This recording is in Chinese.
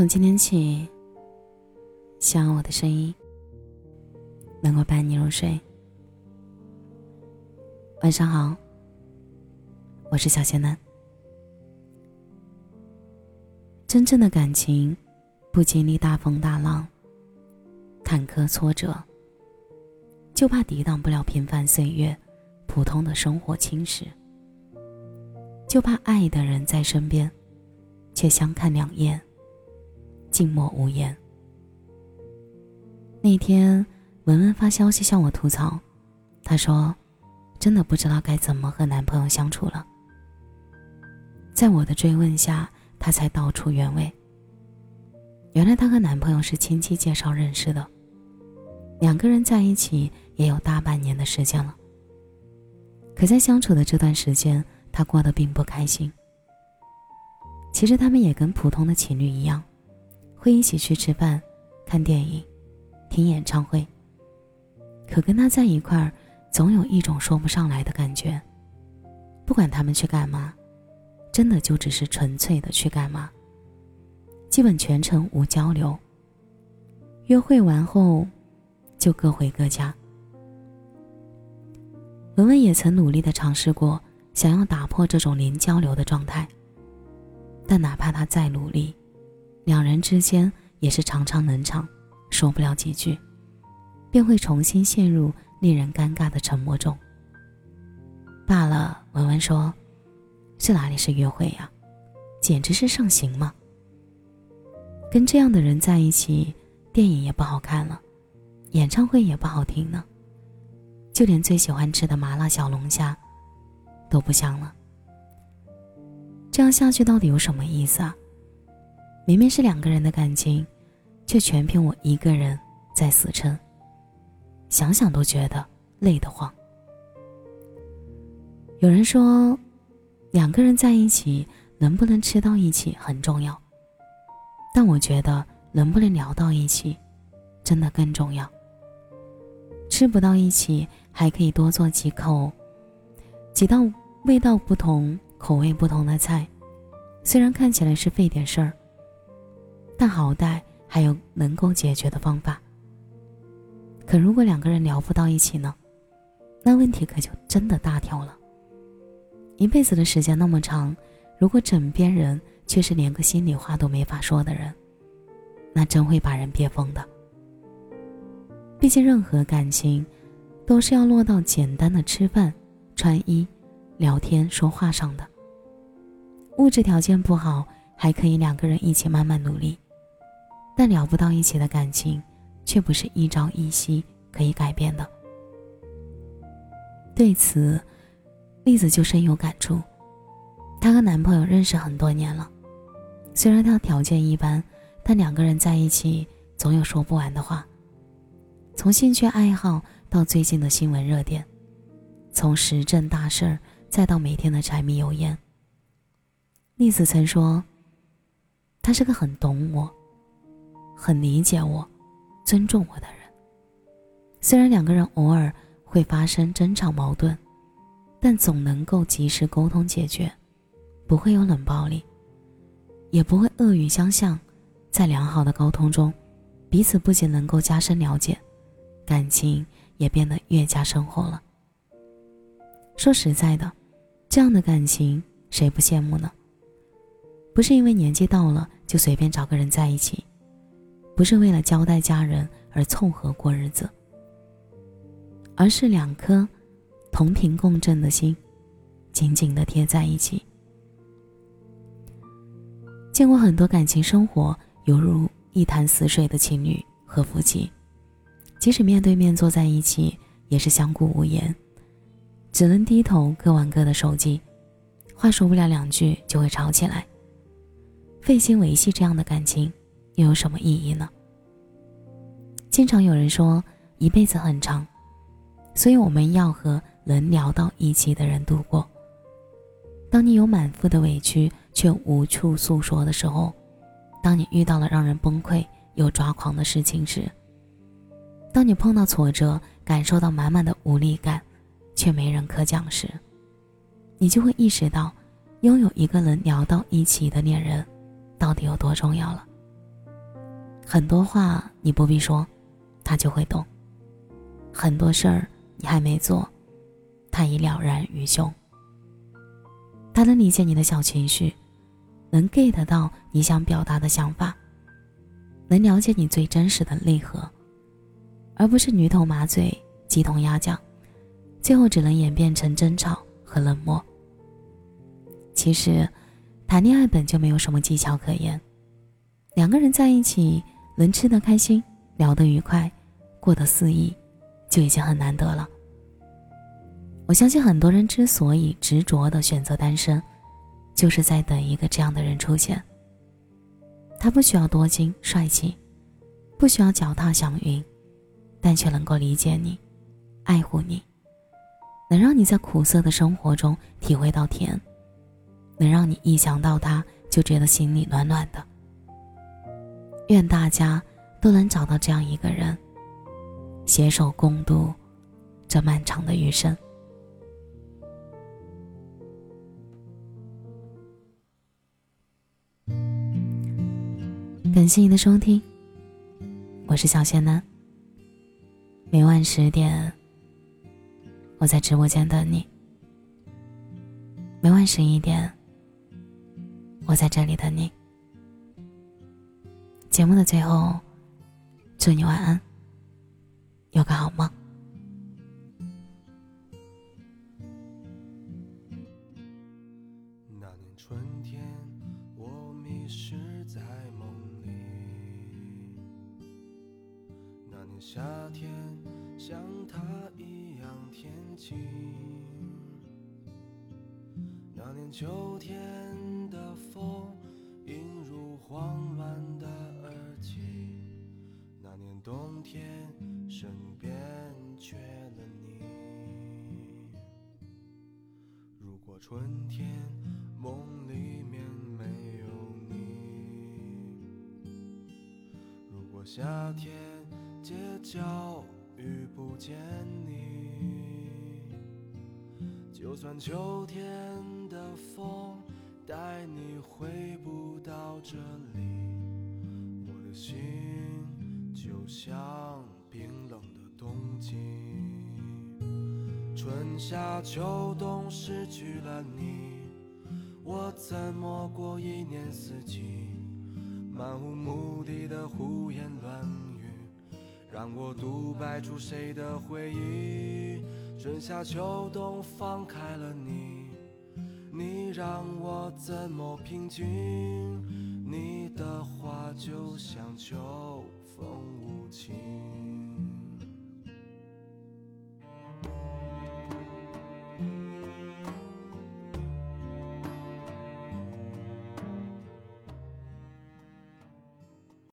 从今天起，希望我的声音能够伴你入睡。晚上好，我是小仙男。真正的感情不经历大风大浪、坎坷挫折，就怕抵挡不了平凡岁月、普通的生活侵蚀，就怕爱的人在身边，却相看两厌，静默无言。那天文文发消息向我吐槽，她说真的不知道该怎么和男朋友相处了。在我的追问下，她才道出原委。原来她和男朋友是亲戚介绍认识的，两个人在一起也有大半年的时间了。可在相处的这段时间，她过得并不开心。其实他们也跟普通的情侣一样，会一起去吃饭、看电影、听演唱会。可跟他在一块儿，总有一种说不上来的感觉。不管他们去干嘛，真的就只是纯粹的去干嘛，基本全程无交流。约会完后就各回各家。文文也曾努力地尝试过，想要打破这种零交流的状态，但哪怕他再努力，两人之间也是常常冷场，说不了几句，便会重新陷入令人尴尬的沉默中。罢了，文文说，这哪里是约会呀，简直是上刑嘛。跟这样的人在一起，电影也不好看了，演唱会也不好听了，就连最喜欢吃的麻辣小龙虾都不香了。这样下去到底有什么意思啊？明明是两个人的感情，却全凭我一个人在死撑，想想都觉得累得慌。有人说，两个人在一起能不能吃到一起很重要，但我觉得能不能聊到一起真的更重要。吃不到一起，还可以多做几道味道不同、口味不同的菜，虽然看起来是费点事儿，但好歹还有能够解决的方法。可如果两个人聊不到一起呢，那问题可就真的大条了。一辈子的时间那么长，如果枕边人却是连个心里话都没法说的人，那真会把人憋疯的。毕竟任何感情都是要落到简单的吃饭、穿衣、聊天、说话上的。物质条件不好，还可以两个人一起慢慢努力，但聊不到一起的感情，却不是一朝一夕可以改变的。对此，栗子就深有感触。她和男朋友认识很多年了，虽然他条件一般，但两个人在一起总有说不完的话。从兴趣爱好到最近的新闻热点，从时政大事儿再到每天的柴米油盐。栗子曾说，他是个很懂我、很理解我、尊重我的人。虽然两个人偶尔会发生争吵矛盾，但总能够及时沟通解决，不会有冷暴力，也不会恶语相向。在良好的沟通中，彼此不仅能够加深了解，感情也变得越加深厚了。说实在的，这样的感情谁不羡慕呢？不是因为年纪到了就随便找个人在一起，不是为了交代家人而凑合过日子，而是两颗同频共振的心紧紧地贴在一起。见过很多感情生活犹如一潭死水的情侣和夫妻，即使面对面坐在一起，也是相顾无言，只能低头各玩各的手机，话说不了两句就会吵起来。费心维系这样的感情又有什么意义呢？经常有人说一辈子很长，所以我们要和能聊到一起的人度过。当你有满腹的委屈却无处诉说的时候，当你遇到了让人崩溃又抓狂的事情时，当你碰到挫折感受到满满的无力感却没人可讲时，你就会意识到拥有一个能聊到一起的恋人到底有多重要了。 很多话你不必说，他就会懂；很多事儿你还没做，他已了然于胸。他能理解你的小情绪，能 get 到你想表达的想法，能了解你最真实的内核，而不是驴头马嘴、鸡同鸭讲，最后只能演变成争吵和冷漠。其实谈恋爱本就没有什么技巧可言，两个人在一起能吃得开心，聊得愉快，过得肆意，就已经很难得了。我相信很多人之所以执着地选择单身，就是在等一个这样的人出现。他不需要多金帅气，不需要脚踏祥云，但却能够理解你，爱护你，能让你在苦涩的生活中体会到甜，能让你一想到他就觉得心里暖暖的。愿大家都能找到这样一个人，携手共度这漫长的余生。感谢你的收听，我是小仙男。每晚10点，我在直播间等你；每晚11点，我在这里等你。节目的最后，祝你晚安，有个好梦。 那年春天，我迷失在梦里。那年夏天，像他一样天晴。那年秋天的风，映入慌乱的耳际。那年冬天，身边缺了你。如果春天梦里面没有你，如果夏天街角遇不见你，就算秋天的风带你回不到这里，我的心就像冰冷的冬季。春夏秋冬失去了你，我怎么过一年四季？漫无目的的胡言乱语，让我独白出谁的回忆？春夏秋冬放开了你，你让我怎么平静？你的话就像秋风无情。